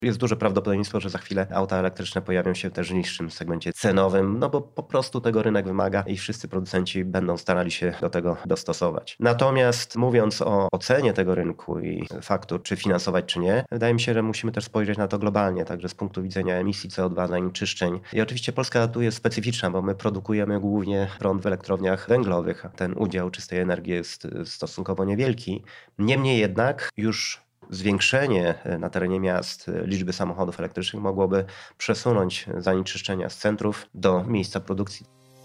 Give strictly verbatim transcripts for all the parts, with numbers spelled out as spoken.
Jest duże prawdopodobieństwo, że za chwilę auta elektryczne pojawią się też w niższym segmencie cenowym, no bo po prostu tego rynek wymaga i wszyscy producenci będą starali się do tego dostosować. Natomiast mówiąc o ocenie tego rynku i faktu, czy finansować, czy nie, wydaje mi się, że musimy też spojrzeć na to globalnie, także z punktu widzenia emisji C O dwa, zanieczyszczeń. I oczywiście Polska tu jest specyficzna, bo my produkujemy głównie prąd w elektrowniach węglowych, a ten udział czystej energii jest stosunkowo niewielki. Niemniej jednak już zwiększenie na terenie miast liczby samochodów elektrycznych mogłoby przesunąć zanieczyszczenia z centrów do miejsca produkcji.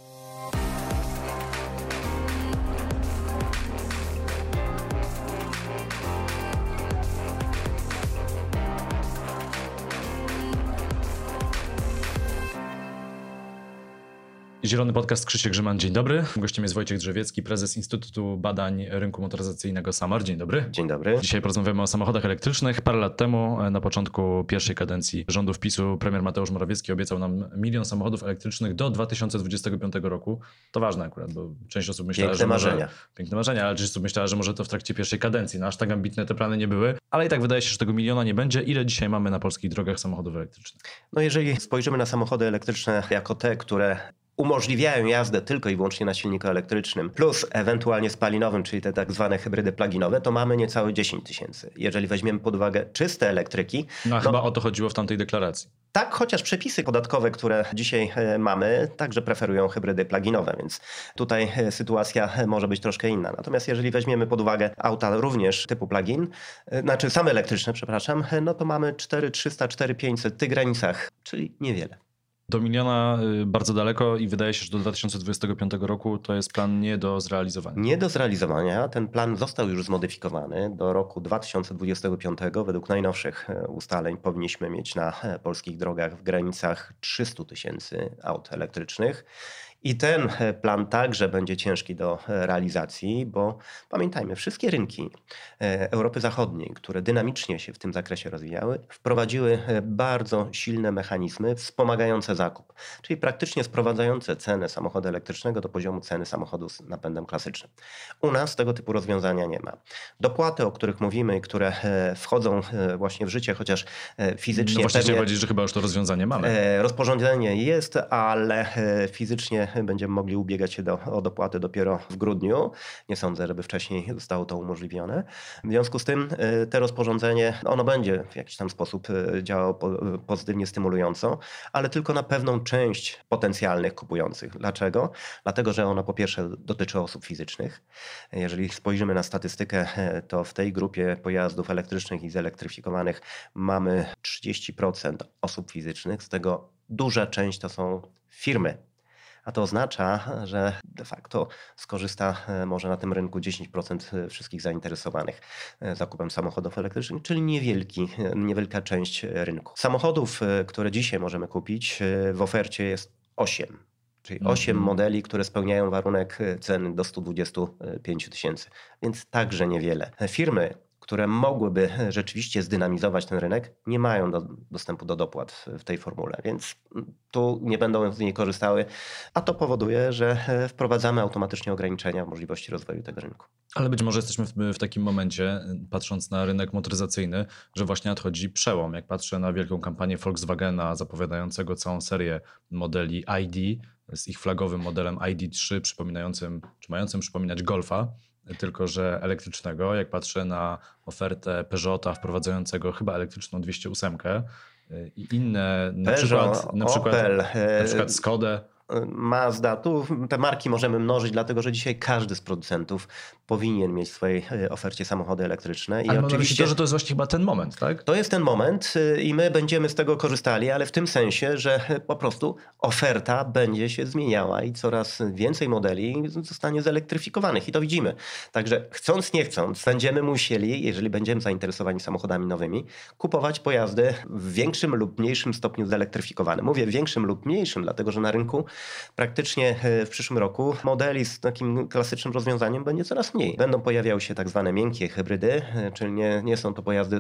Zielony Podcast, Krzysiek Grzyman, dzień dobry. Gościem jest Wojciech Drzewiecki, prezes Instytutu Badań Rynku Motoryzacyjnego SAMAR. Dzień dobry. Dzień dobry. Dzisiaj porozmawiamy o samochodach elektrycznych. Parę lat temu, na początku pierwszej kadencji rządów PiSu, premier Mateusz Morawiecki obiecał nam milion samochodów elektrycznych do dwa tysiące dwudziestego piątego roku. To ważne akurat, bo część osób myślała, Piękne że może... marzenia. Piękne marzenia, ale część osób myślała, że może to w trakcie pierwszej kadencji. No aż tak ambitne te plany nie były, ale i tak wydaje się, że tego miliona nie będzie. Ile dzisiaj mamy na polskich drogach samochodów elektrycznych? No jeżeli spojrzymy na samochody elektryczne jako te, które umożliwiają jazdę tylko i wyłącznie na silniku elektrycznym, plus ewentualnie spalinowym, czyli te tak zwane hybrydy plug-inowe, to mamy niecałe dziesięć tysięcy. Jeżeli weźmiemy pod uwagę czyste elektryki... No, no chyba o to chodziło w tamtej deklaracji. Tak, chociaż przepisy podatkowe, które dzisiaj mamy, także preferują hybrydy plug-inowe, więc tutaj sytuacja może być troszkę inna. Natomiast jeżeli weźmiemy pod uwagę auta również typu plug-in, znaczy same elektryczne, przepraszam, no to mamy cztery tysiące trzysta, cztery tysiące pięćset w tych granicach, czyli niewiele. Do miliona bardzo daleko i wydaje się, że do dwa tysiące dwudziestego piątego roku to jest plan nie do zrealizowania. Nie do zrealizowania. Ten plan został już zmodyfikowany. Do roku dwa tysiące dwudziestego piątego według najnowszych ustaleń powinniśmy mieć na polskich drogach w granicach trzysta tysięcy aut elektrycznych. I ten plan także będzie ciężki do realizacji, bo pamiętajmy, wszystkie rynki Europy Zachodniej, które dynamicznie się w tym zakresie rozwijały, wprowadziły bardzo silne mechanizmy wspomagające zakup, czyli praktycznie sprowadzające cenę samochodu elektrycznego do poziomu ceny samochodu z napędem klasycznym. U nas tego typu rozwiązania nie ma. Dopłaty, o których mówimy, które wchodzą właśnie w życie, chociaż fizycznie... No właśnie pewnie, chciałem powiedzieć, że chyba już to rozwiązanie mamy. Rozporządzenie jest, ale fizycznie będziemy mogli ubiegać się do, o dopłaty dopiero w grudniu. Nie sądzę, żeby wcześniej zostało to umożliwione. W związku z tym te rozporządzenie, ono będzie w jakiś tam sposób działało pozytywnie stymulująco, ale tylko na pewną część potencjalnych kupujących. Dlaczego? Dlatego, że ono po pierwsze dotyczy osób fizycznych. Jeżeli spojrzymy na statystykę, to w tej grupie pojazdów elektrycznych i zelektryfikowanych mamy trzydzieści procent osób fizycznych, z tego duża część to są firmy. A to oznacza, że de facto skorzysta może na tym rynku dziesięć procent wszystkich zainteresowanych zakupem samochodów elektrycznych, czyli niewielki, niewielka część rynku. Samochodów, które dzisiaj możemy kupić, w ofercie jest osiem. Czyli osiem modeli, które spełniają warunek ceny do stu dwudziestu pięciu tysięcy, więc także niewiele. Firmy, które mogłyby rzeczywiście zdynamizować ten rynek, nie mają do, dostępu do dopłat w tej formule, więc tu nie będą z niej korzystały, a to powoduje, że wprowadzamy automatycznie ograniczenia w możliwości rozwoju tego rynku. Ale być może jesteśmy w, w takim momencie, patrząc na rynek motoryzacyjny, że właśnie nadchodzi przełom. Jak patrzę na wielką kampanię Volkswagena zapowiadającego całą serię modeli I D z ich flagowym modelem I D trzy, przypominającym, czy mającym przypominać Golfa, tylko że elektrycznego. Jak patrzę na ofertę Peugeota wprowadzającego chyba elektryczną dwieście osiem i inne, na Peugeot, przykład, na przykład, Opel, na przykład Skodę. Mazda, tu te marki możemy mnożyć, dlatego że dzisiaj każdy z producentów powinien mieć w swojej ofercie samochody elektryczne. I ale oczywiście to, że to jest właśnie chyba ten moment, tak? To jest ten moment i my będziemy z tego korzystali, ale w tym sensie, że po prostu oferta będzie się zmieniała i coraz więcej modeli zostanie zelektryfikowanych i to widzimy. Także chcąc nie chcąc będziemy musieli, jeżeli będziemy zainteresowani samochodami nowymi, kupować pojazdy w większym lub mniejszym stopniu zelektryfikowane. Mówię większym lub mniejszym, dlatego że na rynku praktycznie w przyszłym roku modeli z takim klasycznym rozwiązaniem będzie coraz mniej. Będą pojawiały się tak zwane miękkie hybrydy, czyli nie, nie są to pojazdy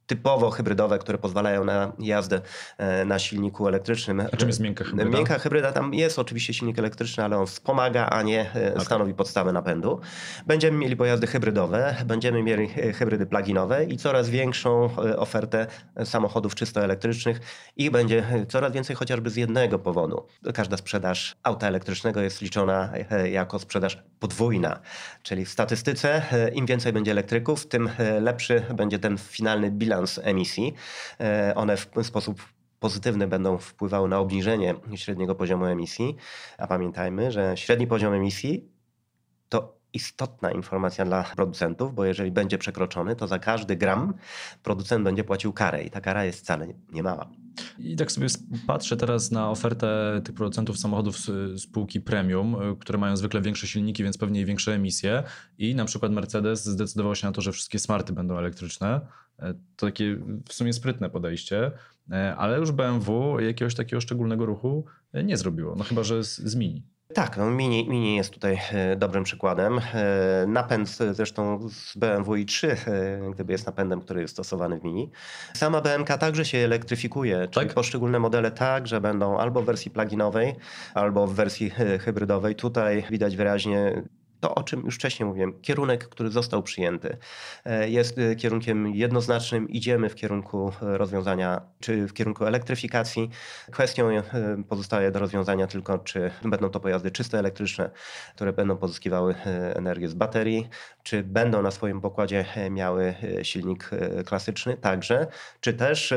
typowo hybrydowe, które pozwalają na jazdę na silniku elektrycznym. A czym jest miękka hybryda? Miękka hybryda, tam jest oczywiście silnik elektryczny, ale on wspomaga, a nie okay. stanowi podstawę napędu. Będziemy mieli pojazdy hybrydowe, będziemy mieli hybrydy plug-inowe i coraz większą ofertę samochodów czysto elektrycznych. Ich będzie coraz więcej chociażby z jednego powodu. Każda sprzedaż auta elektrycznego jest liczona jako sprzedaż podwójna, czyli w statystyce im więcej będzie elektryków, tym lepszy będzie ten finalny bilans emisji. One w sposób pozytywny będą wpływały na obniżenie średniego poziomu emisji. A pamiętajmy, że średni poziom emisji to istotna informacja dla producentów, bo jeżeli będzie przekroczony, to za każdy gram producent będzie płacił karę i ta kara jest wcale nie mała. I tak sobie patrzę teraz na ofertę tych producentów samochodów z spółki premium, które mają zwykle większe silniki, więc pewnie i większe emisje. I na przykład Mercedes zdecydował się na to, że wszystkie smarty będą elektryczne. To takie w sumie sprytne podejście, ale już B M W jakiegoś takiego szczególnego ruchu nie zrobiło. No chyba, że z, z Mini. Tak, no Mini, Mini jest tutaj dobrym przykładem. Napęd zresztą z B M W i trzy gdyby jest napędem, który jest stosowany w Mini. Sama B M K także się elektryfikuje, czyli tak? poszczególne modele także będą albo w wersji plug-inowej, albo w wersji hybrydowej. Tutaj widać wyraźnie to, o czym już wcześniej mówiłem, kierunek, który został przyjęty, jest kierunkiem jednoznacznym. Idziemy w kierunku rozwiązania, czy w kierunku elektryfikacji. Kwestią pozostaje do rozwiązania tylko, czy będą to pojazdy czysto elektryczne, które będą pozyskiwały energię z baterii, czy będą na swoim pokładzie miały silnik klasyczny także, czy też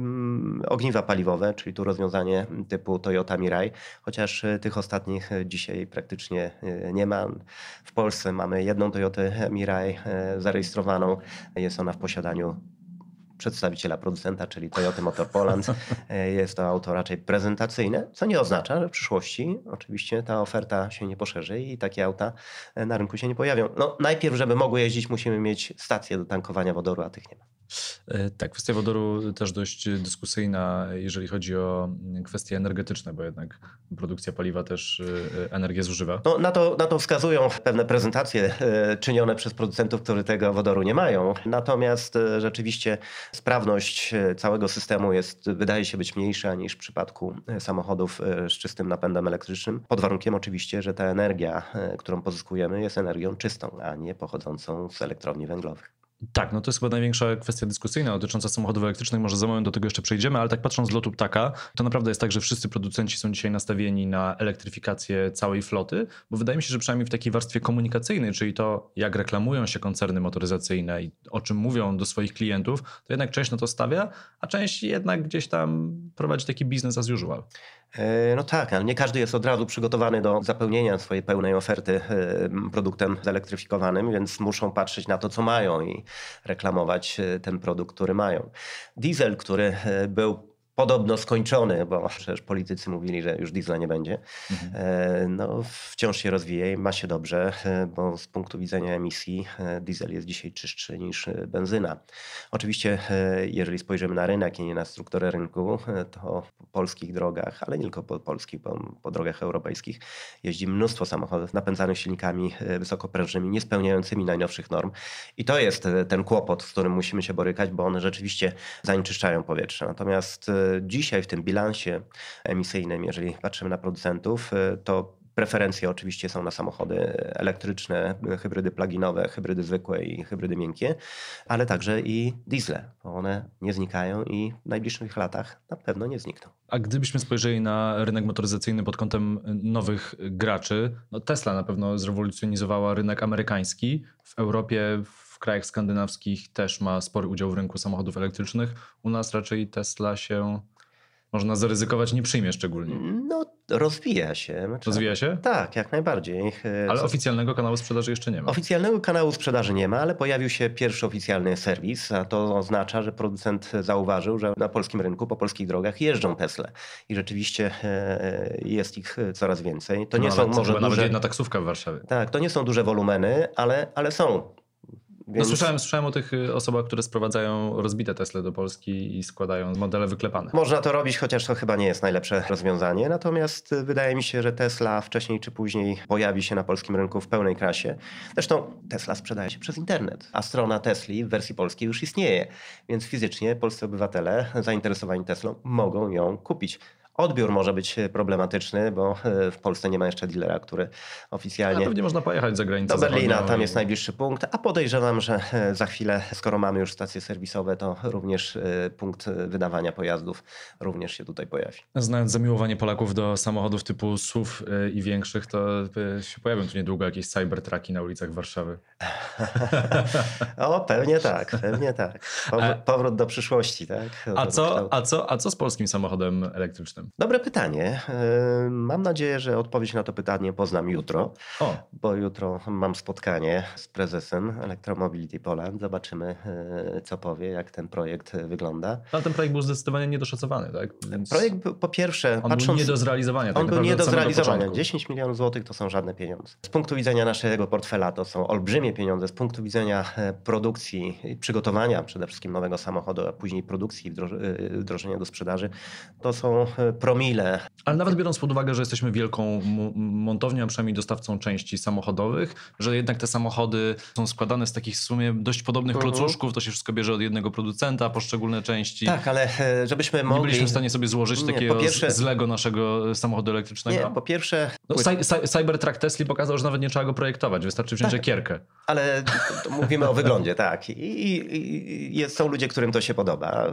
ogniwa paliwowe, czyli tu rozwiązanie typu Toyota Mirai, chociaż tych ostatnich dzisiaj praktycznie nie ma. W Polsce mamy jedną Toyotę Mirai zarejestrowaną. Jest ona w posiadaniu przedstawiciela producenta, czyli Toyota Motor Poland. Jest to auto raczej prezentacyjne, co nie oznacza, że w przyszłości oczywiście ta oferta się nie poszerzy i takie auta na rynku się nie pojawią. No, najpierw, żeby mogły jeździć, musimy mieć stację do tankowania wodoru, a tych nie ma. Tak, kwestia wodoru też dość dyskusyjna, jeżeli chodzi o kwestie energetyczne, bo jednak produkcja paliwa też energię zużywa. No, na to, na to wskazują pewne prezentacje czynione przez producentów, którzy tego wodoru nie mają. Natomiast rzeczywiście sprawność całego systemu jest, wydaje się być mniejsza niż w przypadku samochodów z czystym napędem elektrycznym. Pod warunkiem oczywiście, że ta energia, którą pozyskujemy, jest energią czystą, a nie pochodzącą z elektrowni węglowych. Tak, no to jest chyba największa kwestia dyskusyjna dotycząca samochodów elektrycznych. Może za moment do tego jeszcze przejdziemy, ale tak patrząc z lotu ptaka, to naprawdę jest tak, że wszyscy producenci są dzisiaj nastawieni na elektryfikację całej floty, bo wydaje mi się, że przynajmniej w takiej warstwie komunikacyjnej, czyli to, jak reklamują się koncerny motoryzacyjne i o czym mówią do swoich klientów, to jednak część na to stawia, a część jednak gdzieś tam prowadzi taki business as usual. No tak, ale nie każdy jest od razu przygotowany do zapełnienia swojej pełnej oferty produktem zelektryfikowanym, więc muszą patrzeć na to, co mają i reklamować ten produkt, który mają. Diesel, który był podobno skończony, bo przecież politycy mówili, że już diesla nie będzie. Mhm. No, wciąż się rozwija i ma się dobrze, bo z punktu widzenia emisji diesel jest dzisiaj czystszy niż benzyna. Oczywiście, jeżeli spojrzymy na rynek i nie na strukturę rynku, to po polskich drogach, ale nie tylko po polskich, bo po drogach europejskich jeździ mnóstwo samochodów napędzanych silnikami wysokoprężnymi, niespełniającymi najnowszych norm. I to jest ten kłopot, z którym musimy się borykać, bo one rzeczywiście zanieczyszczają powietrze. Natomiast dzisiaj w tym bilansie emisyjnym, jeżeli patrzymy na producentów, to preferencje oczywiście są na samochody elektryczne, hybrydy plug-inowe, hybrydy zwykłe i hybrydy miękkie, ale także i diesle, bo one nie znikają i w najbliższych latach na pewno nie znikną. A gdybyśmy spojrzeli na rynek motoryzacyjny pod kątem nowych graczy, no Tesla na pewno zrewolucjonizowała rynek amerykański. W Europie, w krajach skandynawskich też ma spory udział w rynku samochodów elektrycznych. U nas raczej Tesla się, można zaryzykować, nie przyjmie szczególnie. No, rozwija się. Rozwija się? Tak, jak najbardziej. Ale Co... oficjalnego kanału sprzedaży jeszcze nie ma. Oficjalnego kanału sprzedaży nie ma, ale pojawił się pierwszy oficjalny serwis, a to oznacza, że producent zauważył, że na polskim rynku, po polskich drogach jeżdżą Tesle. I rzeczywiście jest ich coraz więcej. To no, nie są może nawet duże... jedna taksówka w Warszawie. Tak, to nie są duże wolumeny, ale, ale są. No, Więc słyszałem, słyszałem o tych y, osobach, które sprowadzają rozbite Tesle do Polski i składają modele wyklepane. można to robić, chociaż to chyba nie jest najlepsze rozwiązanie. Natomiast y, wydaje mi się, że Tesla wcześniej czy później pojawi się na polskim rynku w pełnej krasie. Zresztą Tesla sprzedaje się przez internet, a strona Tesli w wersji polskiej już istnieje. Więc fizycznie polscy obywatele zainteresowani Teslą mogą ją kupić. Odbiór może być problematyczny, bo w Polsce nie ma jeszcze dealera, który A oficjalnie pewnie można pojechać za granicę do Berlina, zachodnią tam i- jest najbliższy punkt, a podejrzewam, że za chwilę, skoro mamy już stacje serwisowe, to również e, punkt wydawania pojazdów również się tutaj pojawi. Znając zamiłowanie Polaków do samochodów typu S U V y, i większych, to y, się pojawią tu niedługo jakieś cybertrucki na ulicach Warszawy. O, pewnie tak, pewnie tak. Powrót, powrót do przyszłości, tak? A Do co, kształtu. a, co, a co z polskim samochodem elektrycznym? Dobre pytanie. E, Mam nadzieję, że odpowiedź na to pytanie poznam jutro, O, bo jutro mam spotkanie z prezesem Electromobility Poland. Zobaczymy, e, co powie, jak ten projekt wygląda. ale ten projekt był zdecydowanie niedoszacowany, tak? Więc Projekt był, po pierwsze, on był patrząc... nie do zrealizowania. Tak On był naprawdę nie od do samego zrealizowania. początku. dziesięć milionów złotych to są żadne pieniądze. Z punktu widzenia naszego portfela to są olbrzymie pieniądze. Z punktu widzenia e, produkcji i przygotowania przede wszystkim nowego samochodu, a później produkcji i wdroż- e, wdrożenia do sprzedaży, to są e, promile. Ale nawet biorąc pod uwagę, że jesteśmy wielką mo- montownią, a przynajmniej dostawcą części samochodowych, że jednak te samochody są składane z takich w sumie dość podobnych Mhm. klocuszków, to się wszystko bierze od jednego producenta, poszczególne części. Tak, ale e, żebyśmy Nie mogli... byliśmy w stanie sobie złożyć Nie, takiego po pierwsze- z, z Lego naszego samochodu elektrycznego. Nie, po pierwsze... No, cy, cy, Cybertruck Tesla pokazał, że nawet nie trzeba go projektować, wystarczy wziąć Tak. ekierkę. Ale to, to mówimy o wyglądzie, tak. I, i, i jest, są ludzie, którym to się podoba.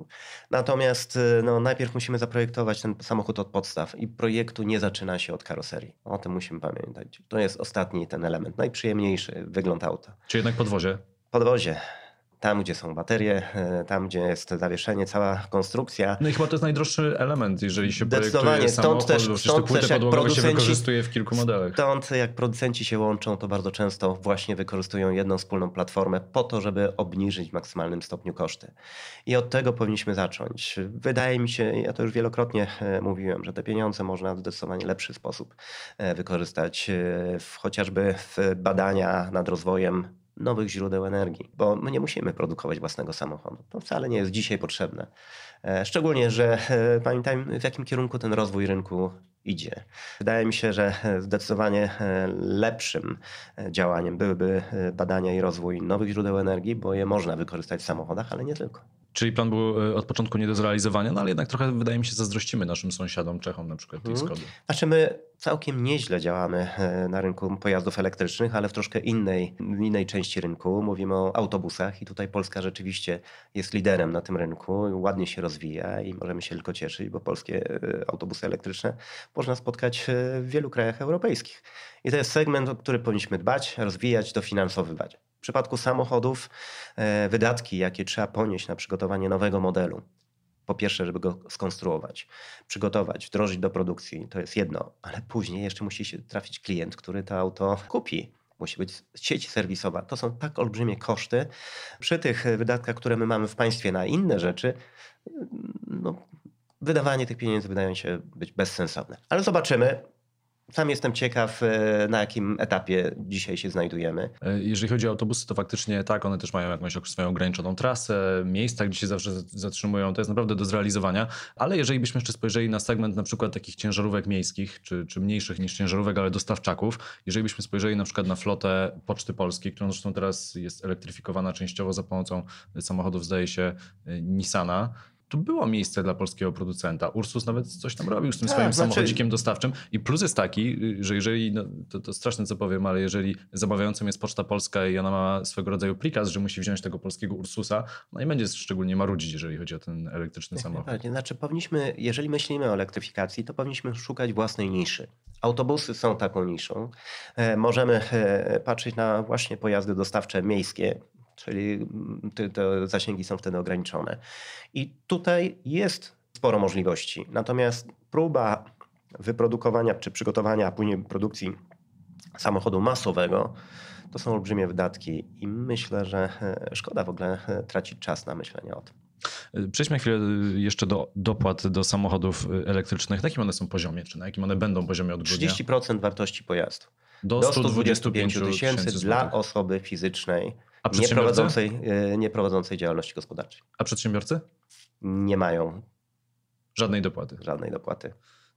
Natomiast y, no, najpierw musimy zaprojektować ten samochód od podstaw i projektu nie zaczyna się od karoserii. O tym musimy pamiętać. To jest ostatni ten element, najprzyjemniejszy wygląd auta. Czy jednak podwozie? Podwozie. Tam, gdzie są baterie, y, tam, gdzie jest zawieszenie, cała konstrukcja. No i chyba to jest najdroższy element, jeżeli się Zdecydowanie. projektuje Stąd samochód, też- bo przecież stąd te płyty też jak podłogowe się producenci- wykorzystuje w kilku modelach. Stąd jak producenci się łączą, to bardzo często właśnie wykorzystują jedną wspólną platformę po to, żeby obniżyć w maksymalnym stopniu koszty. I od tego powinniśmy zacząć. Wydaje mi się, ja to już wielokrotnie e, mówiłem, że te pieniądze można w zdecydowanie lepszy sposób e, wykorzystać, e, w, chociażby w badania nad rozwojem nowych źródeł energii, bo my nie musimy produkować własnego samochodu. To wcale nie jest dzisiaj potrzebne. E, Szczególnie, że e, pamiętajmy, w jakim kierunku ten rozwój rynku idzie. Wydaje mi się, że e, zdecydowanie e, lepszym e, działaniem byłyby e, badania i rozwój nowych źródeł energii, bo je można wykorzystać w samochodach, ale nie tylko. Czyli plan był y, od początku nie do zrealizowania, no ale jednak trochę wydaje mi się zazdrościmy naszym sąsiadom Czechom na przykład tej Mhm. Skody. Znaczy my całkiem nieźle działamy e, na rynku pojazdów elektrycznych, ale w troszkę innej, w innej części rynku. Mówimy o autobusach i tutaj Polska rzeczywiście jest liderem na tym rynku. Ładnie się rozwija i możemy się tylko cieszyć, bo polskie e, autobusy elektryczne można spotkać e, w wielu krajach europejskich. I to jest segment, o który powinniśmy dbać, rozwijać, dofinansowywać. W przypadku samochodów e, wydatki, jakie trzeba ponieść na przygotowanie nowego modelu, po pierwsze, żeby go skonstruować, przygotować, wdrożyć do produkcji, to jest jedno, ale później jeszcze musi się trafić klient, który to auto kupi. Musi być sieć serwisowa. To są tak olbrzymie koszty. Przy tych wydatkach, które my mamy w państwie na inne rzeczy, no, wydawanie tych pieniędzy wydaje mi się być bezsensowne. Ale zobaczymy. Sam jestem ciekaw, e, na jakim etapie dzisiaj się znajdujemy. Y, Jeżeli chodzi o autobusy, to faktycznie tak, one też mają jakąś swoją ograniczoną trasę, miejsca, gdzie się zawsze z- zatrzymują, to jest naprawdę do zrealizowania, ale jeżeli byśmy jeszcze spojrzeli na segment na przykład takich ciężarówek miejskich, czy, czy mniejszych niż ciężarówek, ale dostawczaków, jeżeli byśmy spojrzeli na przykład na flotę Poczty Polskiej, którą zresztą teraz jest elektryfikowana częściowo za pomocą samochodów, zdaje się, y, Nissana, tu było miejsce dla polskiego producenta. Ursus nawet coś tam robił z tym Tak, swoim znaczy- samochodzikiem dostawczym. I plus jest taki, że jeżeli, no, to, to straszne co powiem, ale jeżeli zamawiającym jest Poczta Polska i ona ma swego rodzaju prikaz, że musi wziąć tego polskiego Ursusa, no i będzie szczególnie marudzić, jeżeli chodzi o ten elektryczny samochód. Najbardziej. Znaczy powinniśmy, jeżeli myślimy o elektryfikacji, to powinniśmy szukać własnej niszy. Autobusy są taką niszą. E, Możemy e, patrzeć na właśnie pojazdy dostawcze miejskie, czyli mm, te, te zasięgi są wtedy ograniczone. I tutaj jest sporo możliwości. Natomiast próba wyprodukowania czy przygotowania, a później produkcji samochodu masowego to są olbrzymie wydatki i myślę, że e, szkoda w ogóle e, tracić czas na myślenie o tym. Przejdźmy na chwilę jeszcze do dopłat do samochodów elektrycznych. Na jakim one są poziomie, czy na jakim one będą poziomie od grudnia? trzydzieści procent wartości pojazdu. Do Do stu stu dwudziestu dwudziestu pięciu tysięcy złotych. dla osoby fizycznej A nie przedsiębiorcy? prowadzącej, nie prowadzącej działalności gospodarczej. A przedsiębiorcy? Nie mają Żadnej dopłaty. żadnej dopłaty.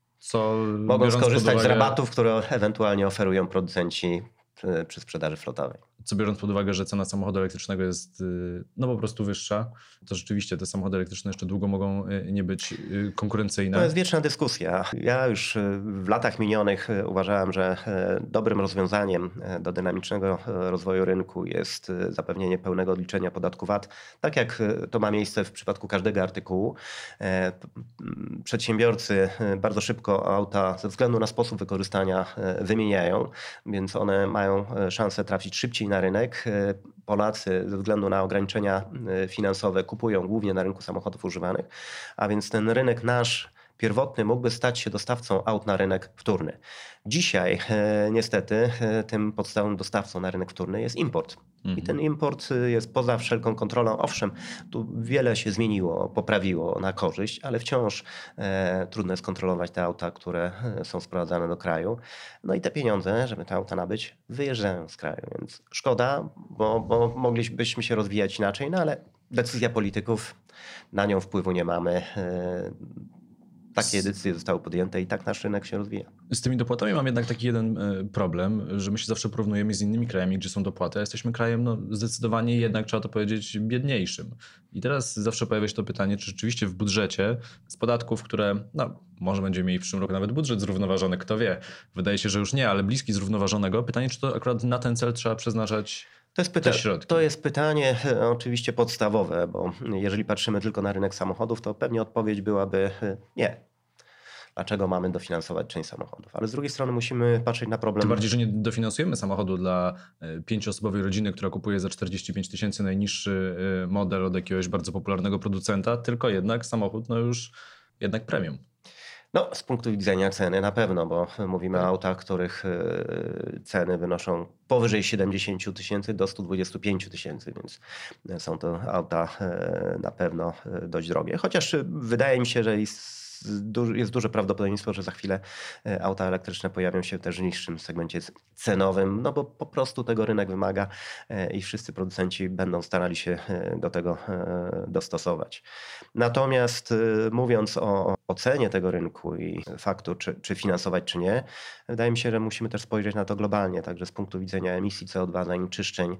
Co Mogą biorąc pod skorzystać uwagę, z rabatów, które ewentualnie oferują producenci przy, przy sprzedaży flotowej. co biorąc pod uwagę, że cena samochodu elektrycznego jest y, no po prostu wyższa, to rzeczywiście te samochody elektryczne jeszcze długo mogą y, nie być y, konkurencyjne. To jest wieczna dyskusja. Ja już y, w latach minionych y, uważałem, że y, dobrym rozwiązaniem y, do dynamicznego y, rozwoju rynku jest y, zapewnienie pełnego odliczenia podatku V A T, tak jak y, to ma miejsce w przypadku każdego artykułu. E, p- m, Przedsiębiorcy y, bardzo szybko auta ze względu na sposób wykorzystania y, wymieniają, więc one mają y, szansę trafić szybciej na rynek. Y, Polacy ze względu na ograniczenia y, finansowe kupują głównie na rynku samochodów używanych, a więc ten rynek nasz pierwotny mógłby stać się dostawcą aut na rynek wtórny. Dzisiaj e, niestety e, tym podstawowym dostawcą na rynek wtórny jest import. Mhm. I ten import e, jest poza wszelką kontrolą. Owszem, tu wiele się zmieniło, poprawiło na korzyść, ale wciąż e, trudno jest kontrolować te auta, które e, są sprowadzane do kraju. No i te pieniądze, żeby te auta nabyć, wyjeżdżają z kraju. Więc szkoda, bo, bo moglibyśmy się rozwijać inaczej, no ale decyzja polityków, na nią wpływu nie mamy. E, Takie decyzje zostały podjęte i tak nasz rynek się rozwija. Z tymi dopłatami mam jednak taki jeden e, problem, że my się zawsze porównujemy z innymi krajami, gdzie są dopłaty, a jesteśmy krajem no, zdecydowanie jednak, trzeba to powiedzieć, biedniejszym. I teraz zawsze pojawia się to pytanie, czy rzeczywiście w budżecie z podatków, które no, może będziemy mieli w przyszłym roku nawet budżet zrównoważony, kto wie. Wydaje się, że już nie, ale bliski zrównoważonego. Pytanie, czy to akurat na ten cel trzeba przeznaczać To jest, te pyta- środki? to jest pytanie e, oczywiście podstawowe, bo jeżeli patrzymy tylko na rynek samochodów, to pewnie odpowiedź byłaby e, nie. Dlaczego mamy dofinansować część samochodów? Ale z drugiej strony musimy patrzeć na problem. Tym bardziej, że nie dofinansujemy samochodu dla e, pięcioosobowej rodziny, która kupuje za czterdzieści pięć tysięcy najniższy e, model od jakiegoś bardzo popularnego producenta, tylko jednak samochód no już jednak premium. No, z punktu widzenia ceny na pewno, bo mówimy o autach, których e, ceny wynoszą powyżej siedemdziesiąt tysięcy do stu dwudziestu pięciu tysięcy, więc są to auta e, na pewno e, dość drogie. Chociaż e, wydaje mi się, że jest duży- jest duże prawdopodobieństwo, że za chwilę e, auta elektryczne pojawią się też w niższym segmencie c- cenowym, no bo po prostu tego rynek wymaga e, i wszyscy producenci będą starali się e, do tego e, dostosować. Natomiast e, mówiąc o ocenie tego rynku i faktu, czy, czy finansować, czy nie, wydaje mi się, że musimy też spojrzeć na to globalnie, także z punktu widzenia emisji C O dwa, zanieczyszczeń.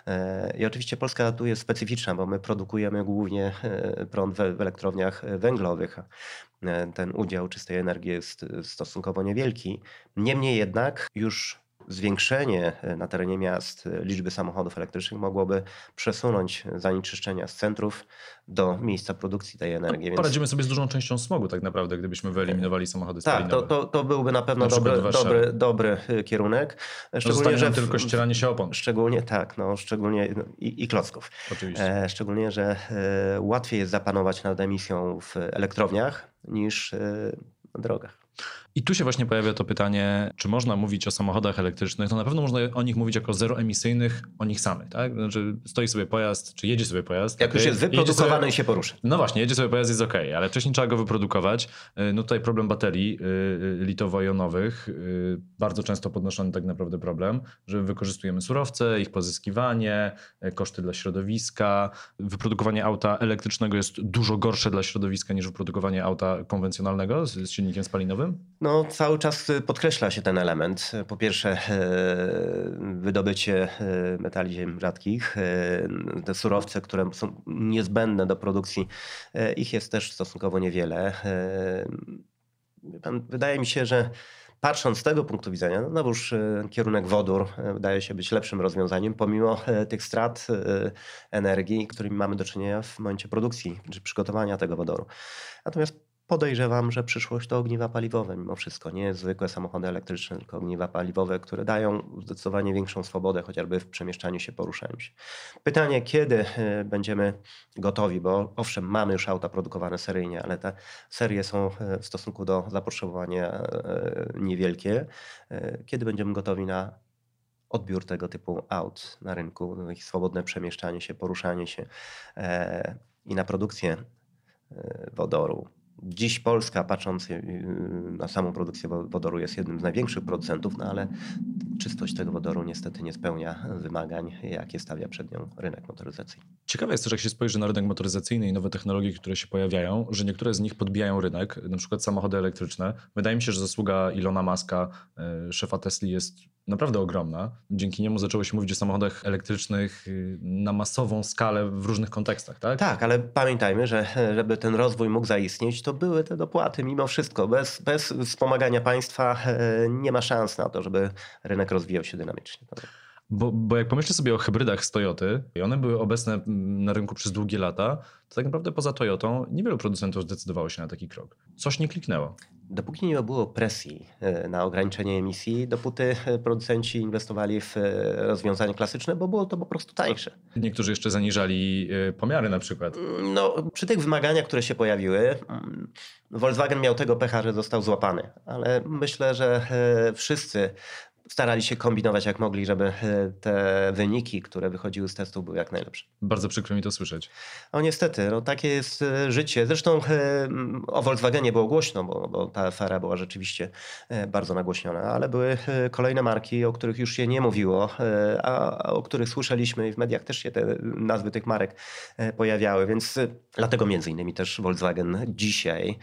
E, I oczywiście Polska tu jest specyficzna, bo my produkujemy głównie e, prąd w, w elektrowniach węglowych. E, Ten udział czystej energii jest e, stosunkowo niewielki. Niemniej jednak już zwiększenie e, na terenie miast e, liczby samochodów elektrycznych mogłoby przesunąć zanieczyszczenia z centrów do miejsca produkcji tej energii. Więc Poradzimy sobie z dużą częścią smogu tak naprawdę, gdybyśmy wyeliminowali samochody tak, to, spalinowe. to, to byłby na pewno Na przykład dobry, w Warszawie. dobry, dobry e, kierunek. No Szczególnie, zostanie że nam w- tylko ścieranie się opon. Szczególnie tak, no szczególnie no, i, i klocków. Oczywiście. E, szczególnie, że e, łatwiej jest zapanować nad emisją w elektrowniach niż e, na drogach. I tu się właśnie pojawia to pytanie, czy można mówić o samochodach elektrycznych? No na pewno można o nich mówić jako zeroemisyjnych, o nich samych, tak? Znaczy stoi sobie pojazd, czy jedzie sobie pojazd. Jak już okej, jest jedzie wyprodukowany sobie- i się porusza. No właśnie, jedzie sobie pojazd, jest okej, ale wcześniej trzeba go wyprodukować. Yy, No tutaj problem baterii yy, litowo-jonowych, yy, bardzo często podnoszony tak naprawdę problem, że wykorzystujemy surowce, ich pozyskiwanie, yy, koszty dla środowiska. Wyprodukowanie auta elektrycznego jest dużo gorsze dla środowiska niż wyprodukowanie auta konwencjonalnego z, z silnikiem spalinowym. No, cały czas y, podkreśla się ten element. Po pierwsze, e, wydobycie e, metali ziem rzadkich, e, te surowce, które są niezbędne do produkcji, e, ich jest też stosunkowo niewiele. E, wie pan, Wydaje mi się, że patrząc z tego punktu widzenia, no już e, kierunek wodór e, wydaje się być lepszym rozwiązaniem, pomimo e, tych strat e, energii, którymi mamy do czynienia w momencie produkcji czy przygotowania tego wodoru. Natomiast podejrzewam, że przyszłość to ogniwa paliwowe mimo wszystko. Nie zwykłe samochody elektryczne, tylko ogniwa paliwowe, które dają zdecydowanie większą swobodę chociażby w przemieszczaniu się, poruszaniu się. Pytanie, kiedy e, będziemy gotowi, bo owszem, mamy już auta produkowane seryjnie, ale te serie są e, w stosunku do zapotrzebowania e, niewielkie. E, Kiedy będziemy gotowi na odbiór tego typu aut na rynku, na ich swobodne przemieszczanie się, poruszanie się e, i na produkcję e, wodoru. Dziś Polska, patrząc y, na samą produkcję wo- wodoru, jest jednym z największych producentów, no ale czystość tego wodoru niestety nie spełnia wymagań, jakie stawia przed nią rynek motoryzacyjny. Ciekawe jest też, jak się spojrzy na rynek motoryzacyjny i nowe technologie, które się pojawiają, że niektóre z nich podbijają rynek, na przykład samochody elektryczne. Wydaje mi się, że zasługa Ilona Muska, y, szefa Tesli, jest naprawdę ogromna. Dzięki niemu zaczęło się mówić o samochodach elektrycznych y, na masową skalę w różnych kontekstach, tak? Tak, ale pamiętajmy, że żeby ten rozwój mógł zaistnieć, to były te dopłaty mimo wszystko. Bez, bez wspomagania państwa e, nie ma szans na to, żeby rynek rozwijał się dynamicznie. Bo, bo jak pomyślę sobie o hybrydach z Toyoty i one były obecne na rynku przez długie lata, to tak naprawdę poza Toyotą niewielu producentów zdecydowało się na taki krok. Coś nie kliknęło. Dopóki nie było presji na ograniczenie emisji, dopóty producenci inwestowali w rozwiązania klasyczne, bo było to po prostu tańsze. Niektórzy jeszcze zaniżali pomiary na przykład. No, przy tych wymaganiach, które się pojawiły, Volkswagen miał tego pecha, że został złapany, ale myślę, że wszyscy starali się kombinować jak mogli, żeby te wyniki, które wychodziły z testów, były jak najlepsze. Bardzo przykro mi to słyszeć. No niestety, no takie jest życie. Zresztą o Volkswagenie było głośno, bo, bo ta afera była rzeczywiście bardzo nagłośniona, ale były kolejne marki, o których już się nie mówiło, a o których słyszeliśmy i w mediach też się te nazwy tych marek pojawiały, więc dlatego między innymi też Volkswagen dzisiaj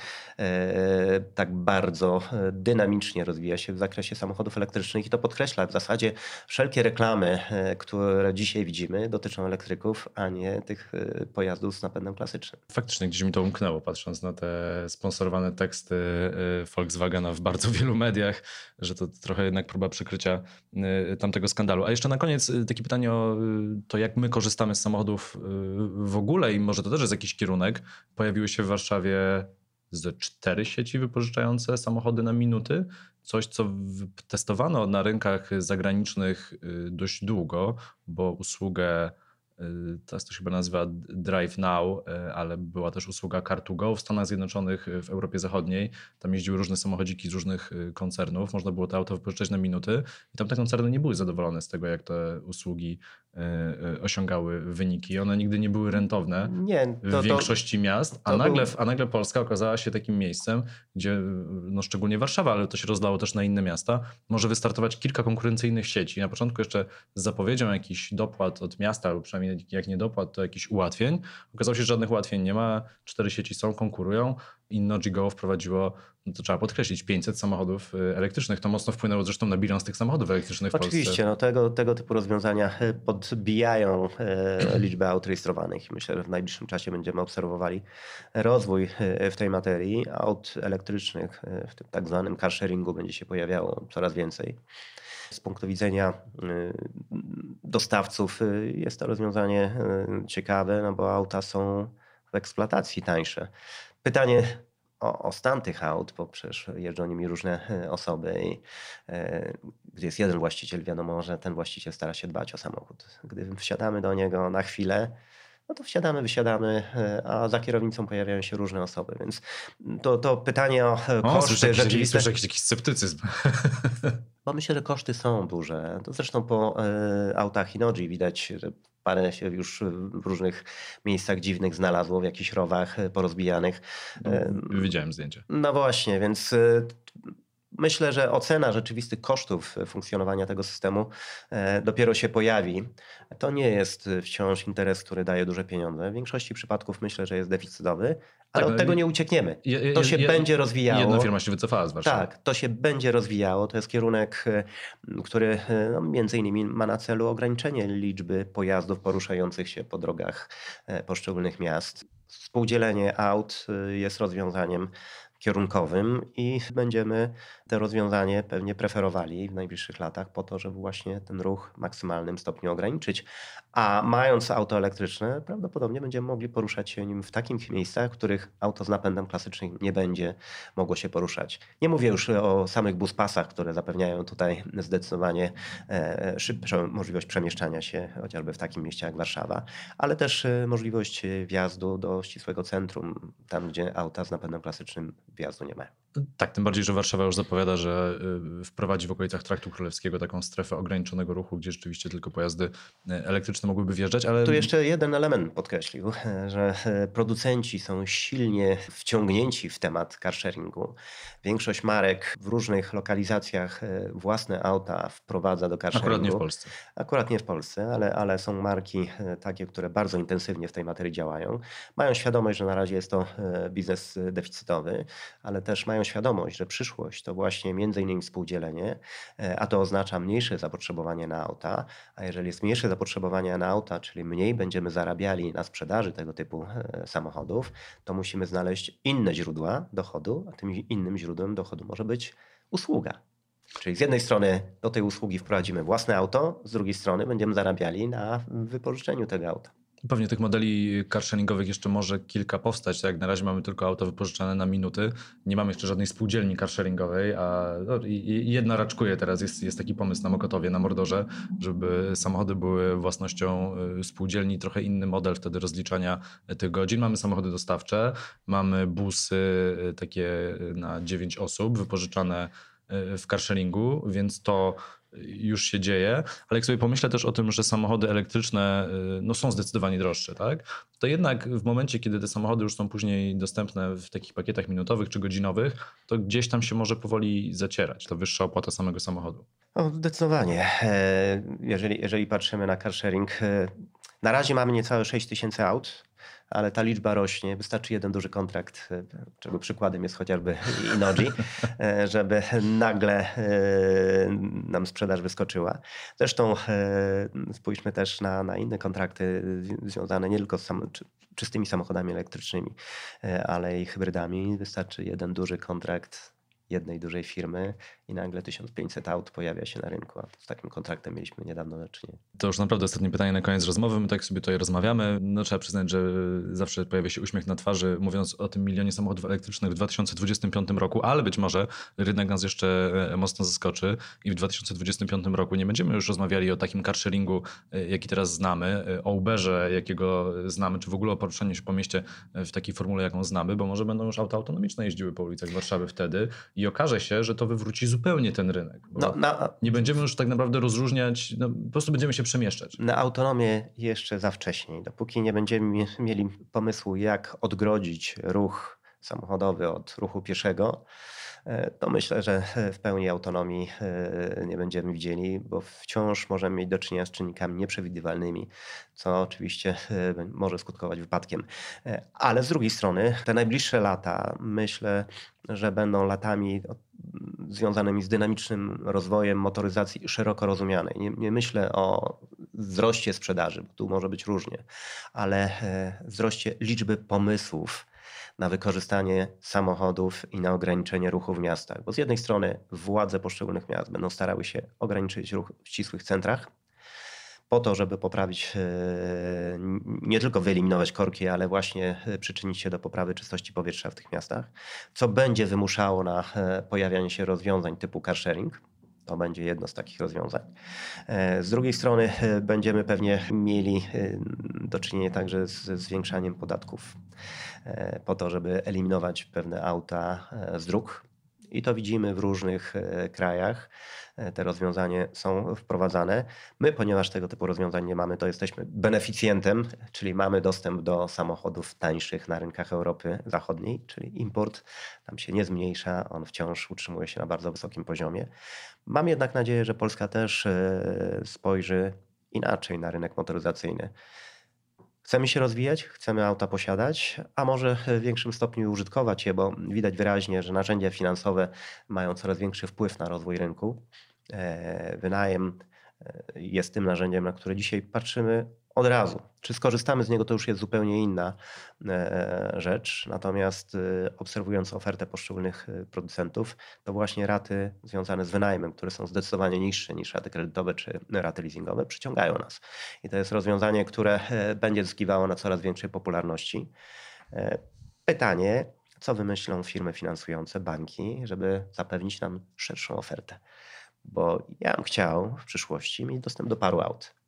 tak bardzo dynamicznie rozwija się w zakresie samochodów elektrycznych. To podkreśla, w zasadzie wszelkie reklamy, które dzisiaj widzimy, dotyczą elektryków, a nie tych pojazdów z napędem klasycznym. Faktycznie gdzieś mi to umknęło, patrząc na te sponsorowane teksty Volkswagena w bardzo wielu mediach, że to trochę jednak próba przykrycia tamtego skandalu. A jeszcze na koniec takie pytanie o to, jak my korzystamy z samochodów w ogóle i może to też jest jakiś kierunek. Pojawiły się w Warszawie ze cztery sieci wypożyczające samochody na minuty. Coś, co testowano na rynkach zagranicznych dość długo, bo usługę, teraz to się chyba nazywa Drive Now, ale była też usługa Car to Go w Stanach Zjednoczonych, w Europie Zachodniej. Tam jeździły różne samochodziki z różnych koncernów. Można było te auto wypożyczać na minuty i tam te koncerny nie były zadowolone z tego, jak te usługi osiągały wyniki. One nigdy nie były rentowne nie, to, w większości to, miast, a nagle, był... a nagle Polska okazała się takim miejscem, gdzie no szczególnie Warszawa, ale to się rozlało też na inne miasta, może wystartować kilka konkurencyjnych sieci. Na początku jeszcze z zapowiedzią jakichś dopłat od miasta, albo przynajmniej jak nie dopłat, to jakichś ułatwień. Okazało się, że żadnych ułatwień nie ma. Cztery sieci są, konkurują. InnoGo wprowadziło, no to trzeba podkreślić, pięćset samochodów elektrycznych. To mocno wpłynęło zresztą na bilans tych samochodów elektrycznych w Oczywiście, Polsce. No tego, tego typu rozwiązania podbijają liczbę aut rejestrowanych i myślę, że w najbliższym czasie będziemy obserwowali rozwój w tej materii. Aut elektrycznych w tym tak zwanym car sharingu będzie się pojawiało coraz więcej. Z punktu widzenia dostawców jest to rozwiązanie ciekawe, no bo auta są w eksploatacji tańsze. Pytanie o, o stan tych aut, bo przecież jeżdżą nimi różne osoby i e, gdy jest jeden właściciel, wiadomo, że ten właściciel stara się dbać o samochód. Gdy wsiadamy do niego na chwilę, no to wsiadamy, wysiadamy, a za kierownicą pojawiają się różne osoby, więc to, to pytanie o, o koszty słyszę, rzeczywiste... Słyszę jakiś, jakiś sceptycyzm. Bo myślę, że koszty są duże. To zresztą po y, autach InnoGi widać, że parę się już w różnych miejscach dziwnych znalazło, w jakichś rowach porozbijanych. No, widziałem zdjęcie. No właśnie, więc y, myślę, że ocena rzeczywistych kosztów funkcjonowania tego systemu dopiero się pojawi. To nie jest wciąż interes, który daje duże pieniądze. W większości przypadków myślę, że jest deficytowy, ale tak, od tego nie uciekniemy. Je, to się je, będzie rozwijało. Jedna firma się wycofała z Warszawy. Tak, to się będzie rozwijało. To jest kierunek, który no, między innymi ma na celu ograniczenie liczby pojazdów poruszających się po drogach poszczególnych miast. Współdzielenie aut jest rozwiązaniem kierunkowym i będziemy to rozwiązanie pewnie preferowali w najbliższych latach po to, żeby właśnie ten ruch w maksymalnym stopniu ograniczyć. A mając auto elektryczne, prawdopodobnie będziemy mogli poruszać się nim w takich miejscach, w których auto z napędem klasycznym nie będzie mogło się poruszać. Nie mówię już o samych buspasach, które zapewniają tutaj zdecydowanie szybszą możliwość przemieszczania się chociażby w takim mieście jak Warszawa, ale też możliwość wjazdu do ścisłego centrum, tam gdzie auta z napędem klasycznym wjazdu nie mają. Tak, tym bardziej, że Warszawa już zapowiada, że wprowadzi w okolicach Traktu Królewskiego taką strefę ograniczonego ruchu, gdzie rzeczywiście tylko pojazdy elektryczne mogłyby wjeżdżać, ale... Tu jeszcze jeden element podkreślił, że producenci są silnie wciągnięci w temat carsharingu. Większość marek w różnych lokalizacjach własne auta wprowadza do carsharingu. Akurat nie w Polsce. Akurat nie w Polsce, ale, ale są marki takie, które bardzo intensywnie w tej materii działają. Mają świadomość, że na razie jest to biznes deficytowy, ale też mają świadomość, że przyszłość to właśnie między innymi współdzielenie, a to oznacza mniejsze zapotrzebowanie na auta, a jeżeli jest mniejsze zapotrzebowanie na auta, czyli mniej będziemy zarabiali na sprzedaży tego typu samochodów, to musimy znaleźć inne źródła dochodu, a tym innym źródłem dochodu może być usługa. Czyli z jednej strony do tej usługi wprowadzimy własne auto, z drugiej strony będziemy zarabiali na wypożyczeniu tego auta. Pewnie tych modeli carsharingowych jeszcze może kilka powstać. Tak jak na razie mamy tylko auta wypożyczane na minuty. Nie mamy jeszcze żadnej spółdzielni carsharingowej, a no, i jedna raczkuje teraz. Jest, jest taki pomysł na Mokotowie, na Mordorze, żeby samochody były własnością spółdzielni. Trochę inny model wtedy rozliczania tych godzin. Mamy samochody dostawcze, mamy busy takie na dziewięć osób wypożyczane w carsharingu, więc to już się dzieje, ale jak sobie pomyślę też o tym, że samochody elektryczne no, są zdecydowanie droższe, tak? To jednak w momencie, kiedy te samochody już są później dostępne w takich pakietach minutowych czy godzinowych, to gdzieś tam się może powoli zacierać. To wyższa opłata samego samochodu. No, zdecydowanie. Jeżeli, jeżeli patrzymy na carsharing, na razie mamy niecałe sześć tysięcy aut, ale ta liczba rośnie. Wystarczy jeden duży kontrakt, czego przykładem jest chociażby Innogy, żeby nagle nam sprzedaż wyskoczyła. Zresztą spójrzmy też na, na inne kontrakty związane nie tylko z sam, czy, czystymi samochodami elektrycznymi, ale i hybrydami. Wystarczy jeden duży kontrakt jednej dużej firmy i nagle tysiąc pięćset aut pojawia się na rynku. A z takim kontraktem mieliśmy niedawno do czynienia. To już naprawdę ostatnie pytanie na koniec rozmowy. My tak sobie tutaj rozmawiamy. No, trzeba przyznać, że zawsze pojawia się uśmiech na twarzy, mówiąc o tym milionie samochodów elektrycznych w dwa tysiące dwudziestym piątym roku, ale być może rynek nas jeszcze mocno zaskoczy i w dwa tysiące dwudziestym piątym roku nie będziemy już rozmawiali o takim carsharingu, jaki teraz znamy, o Uberze, jakiego znamy, czy w ogóle o poruszaniu się po mieście w takiej formule, jaką znamy, bo może będą już auta autonomiczne jeździły po ulicach Warszawy wtedy i okaże się, że to wywróci zupełnie ten rynek. No, na, nie będziemy już tak naprawdę rozróżniać, no, po prostu będziemy się przemieszczać. Na autonomię jeszcze za wcześnie. Dopóki nie będziemy mieli pomysłu, jak odgrodzić ruch samochodowy od ruchu pieszego, to myślę, że w pełni autonomii nie będziemy widzieli, bo wciąż możemy mieć do czynienia z czynnikami nieprzewidywalnymi, co oczywiście może skutkować wypadkiem. Ale z drugiej strony te najbliższe lata myślę, że będą latami związanymi z dynamicznym rozwojem motoryzacji szeroko rozumianej. Nie, nie myślę o wzroście sprzedaży, bo tu może być różnie, ale wzroście liczby pomysłów na wykorzystanie samochodów i na ograniczenie ruchu w miastach. Bo z jednej strony władze poszczególnych miast będą starały się ograniczyć ruch w ścisłych centrach, po to, żeby poprawić, nie tylko wyeliminować korki, ale właśnie przyczynić się do poprawy czystości powietrza w tych miastach, co będzie wymuszało na pojawianie się rozwiązań typu carsharing. To będzie jedno z takich rozwiązań. Z drugiej strony będziemy pewnie mieli do czynienia także z zwiększaniem podatków po to, żeby eliminować pewne auta z dróg. I to widzimy w różnych krajach. Te rozwiązania są wprowadzane. My, ponieważ tego typu rozwiązań nie mamy, to jesteśmy beneficjentem, czyli mamy dostęp do samochodów tańszych na rynkach Europy Zachodniej, czyli import tam się nie zmniejsza, on wciąż utrzymuje się na bardzo wysokim poziomie. Mam jednak nadzieję, że Polska też spojrzy inaczej na rynek motoryzacyjny. Chcemy się rozwijać, chcemy auta posiadać, a może w większym stopniu użytkować je, bo widać wyraźnie, że narzędzia finansowe mają coraz większy wpływ na rozwój rynku. Wynajem jest tym narzędziem, na które dzisiaj patrzymy od razu. Czy skorzystamy z niego, to już jest zupełnie inna rzecz. Natomiast obserwując ofertę poszczególnych producentów, to właśnie raty związane z wynajmem, które są zdecydowanie niższe niż raty kredytowe czy raty leasingowe, przyciągają nas. I to jest rozwiązanie, które będzie zyskiwało na coraz większej popularności. Pytanie, co wymyślą firmy finansujące, banki, żeby zapewnić nam szerszą ofertę. Bo ja bym chciał w przyszłości mieć dostęp do paru aut.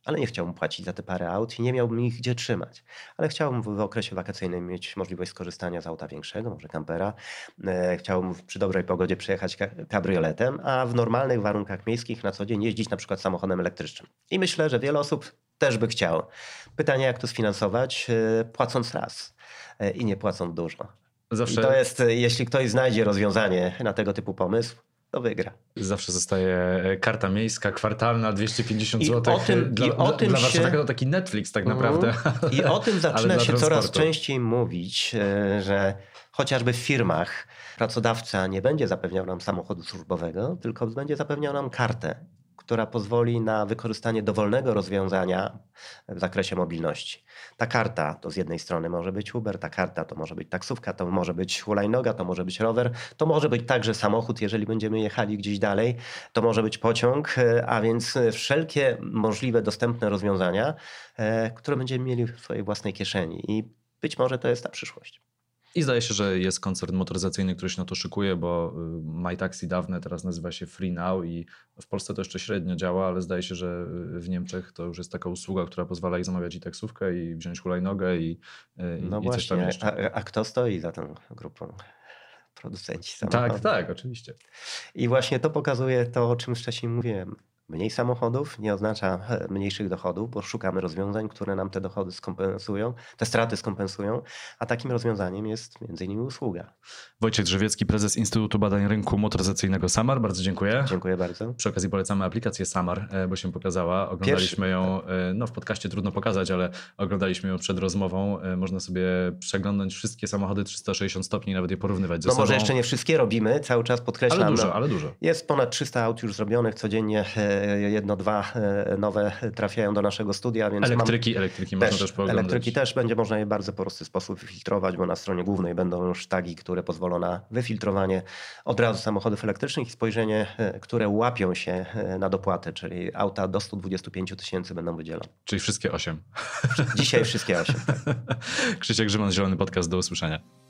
ale nie chciałbym płacić za te parę aut i nie miałbym ich gdzie trzymać. Ale chciałbym w okresie wakacyjnym mieć możliwość skorzystania z auta większego, może kampera. E, Chciałbym przy dobrej pogodzie przejechać ka- kabrioletem, a w normalnych warunkach miejskich na co dzień jeździć na przykład samochodem elektrycznym. I myślę, że wiele osób też by chciało. Pytanie, jak to sfinansować, e, płacąc raz e, i nie płacąc dużo. Zawsze... I to jest, e, jeśli ktoś znajdzie rozwiązanie na tego typu pomysł, to wygra. Zawsze zostaje karta miejska, kwartalna, dwieście pięćdziesiąt I złotych. o tym- Dla, i o dla, tym dla się- Warszawego to taki Netflix tak naprawdę. Mhm. I o tym Ale zaczyna dla się coraz transportu. częściej mówić, e, że chociażby w firmach pracodawca nie będzie zapewniał nam samochodu służbowego, tylko będzie zapewniał nam kartę, która pozwoli na wykorzystanie dowolnego rozwiązania w zakresie mobilności. Ta karta to z jednej strony może być Uber, ta karta to może być taksówka, to może być hulajnoga, to może być rower, to może być także samochód, jeżeli będziemy jechali gdzieś dalej, to może być pociąg, e, a więc e, wszelkie możliwe dostępne rozwiązania, e, które będziemy mieli w swojej własnej kieszeni i być może to jest ta przyszłość. I zdaje się, że jest koncern motoryzacyjny, który się na to szykuje, bo y, MyTaxi dawne teraz nazywa się Free Now i w Polsce to jeszcze średnio działa, ale zdaje się, że w Niemczech to już jest taka usługa, która pozwala i zamawiać i taksówkę, i wziąć hulajnogę, i, y, No i coś tam właśnie, jeszcze. a, a kto stoi za tą grupą? Producenci samochodów. Tak, tak, oczywiście. I właśnie to pokazuje to, o czym wcześniej mówiłem. Mniej samochodów nie oznacza e, mniejszych dochodów, bo szukamy rozwiązań, które nam te dochody skompensują, te straty skompensują, a takim rozwiązaniem jest między innymi usługa. Wojciech Drzewiecki, prezes Instytutu Badań Rynku Motoryzacyjnego Samar. Bardzo dziękuję. Dziękuję bardzo. Przy okazji polecamy aplikację Samar, e, bo się pokazała. Oglądaliśmy Pierwszy- ją, e, no w podcaście trudno pokazać, ale oglądaliśmy ją przed rozmową. E, Można sobie przeglądnąć wszystkie samochody trzysta sześćdziesiąt stopni i nawet je porównywać ze No sobą. może jeszcze nie wszystkie robimy, cały czas podkreślam. Ale dużo, no, ale dużo. Jest ponad trzysta aut już zrobionych, codziennie e, jedno, dwa e, nowe trafiają do naszego studia, więc mam Elektryki, elektryki można też pooglądać. elektryki też będzie można je bardzo prosty sposób wyfiltrować, bo na stronie głównej będą już tagi, które pozwolą na wyfiltrowanie od razu samochodów elektrycznych i spojrzenie, e, które łapią się e, na dopłatę, czyli auta do stu dwudziestu pięciu tysięcy będą wydzielone. Czyli wszystkie osiem. Dzisiaj wszystkie osiem. Krzysiek Grzyman, Zielony Podcast. Do usłyszenia.